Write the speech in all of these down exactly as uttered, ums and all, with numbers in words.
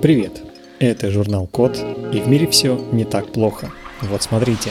Привет, это журнал Код, и в мире все не так плохо. Вот смотрите.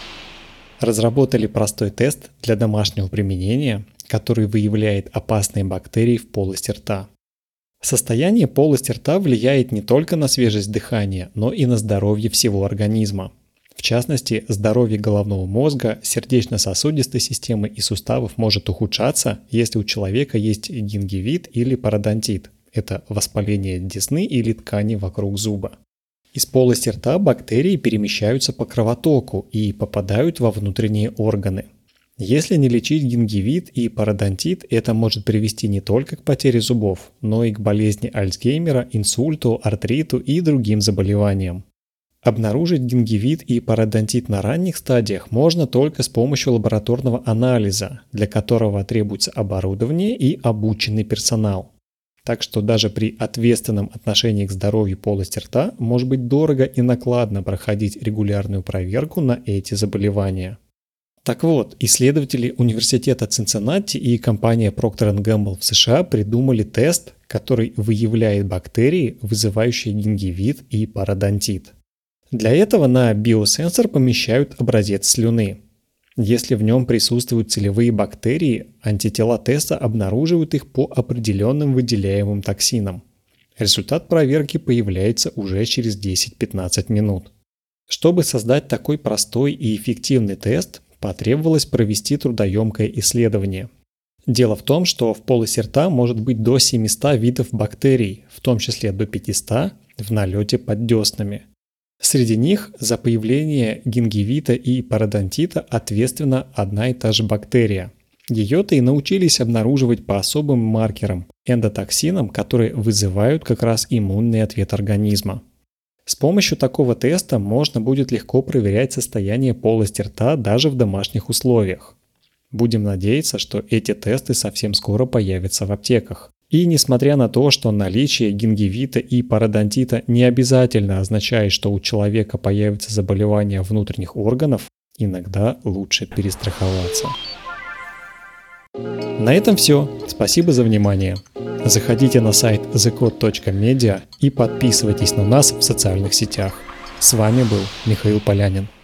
Разработали простой тест для домашнего применения, который выявляет опасные бактерии в полости рта. Состояние полости рта влияет не только на свежесть дыхания, но и на здоровье всего организма. В частности, здоровье головного мозга, сердечно-сосудистой системы и суставов может ухудшаться, если у человека есть гингивит или пародонтит. Это воспаление десны или ткани вокруг зуба. Из полости рта бактерии перемещаются по кровотоку и попадают во внутренние органы. Если не лечить гингивит и пародонтит, это может привести не только к потере зубов, но и к болезни Альцгеймера, инсульту, артриту и другим заболеваниям. Обнаружить гингивит и пародонтит на ранних стадиях можно только с помощью лабораторного анализа, для которого требуется оборудование и обученный персонал. Так что даже при ответственном отношении к здоровью полости рта может быть дорого и накладно проходить регулярную проверку на эти заболевания. Так вот, исследователи университета Цинциннати и компания Procter энд Gamble в США придумали тест, который выявляет бактерии, вызывающие гингивит и пародонтит. Для этого на биосенсор помещают образец слюны. Если в нем присутствуют целевые бактерии, антитела теста обнаруживают их по определенным выделяемым токсинам. Результат проверки появляется уже через десять-пятнадцать минут. Чтобы создать такой простой и эффективный тест, потребовалось провести трудоемкое исследование. Дело в том, что в полости рта может быть до семисот видов бактерий, в том числе до пятисот в налете под деснами. Среди них за появление гингивита и пародонтита ответственна одна и та же бактерия. Ее-то и научились обнаруживать по особым маркерам, эндотоксинам, которые вызывают как раз иммунный ответ организма. С помощью такого теста можно будет легко проверять состояние полости рта даже в домашних условиях. Будем надеяться, что эти тесты совсем скоро появятся в аптеках. И несмотря на то, что наличие гингивита и пародонтита не обязательно означает, что у человека появится заболевание внутренних органов, иногда лучше перестраховаться. На этом все. Спасибо за внимание. Заходите на сайт the code точка media и подписывайтесь на нас в социальных сетях. С вами был Михаил Полянин.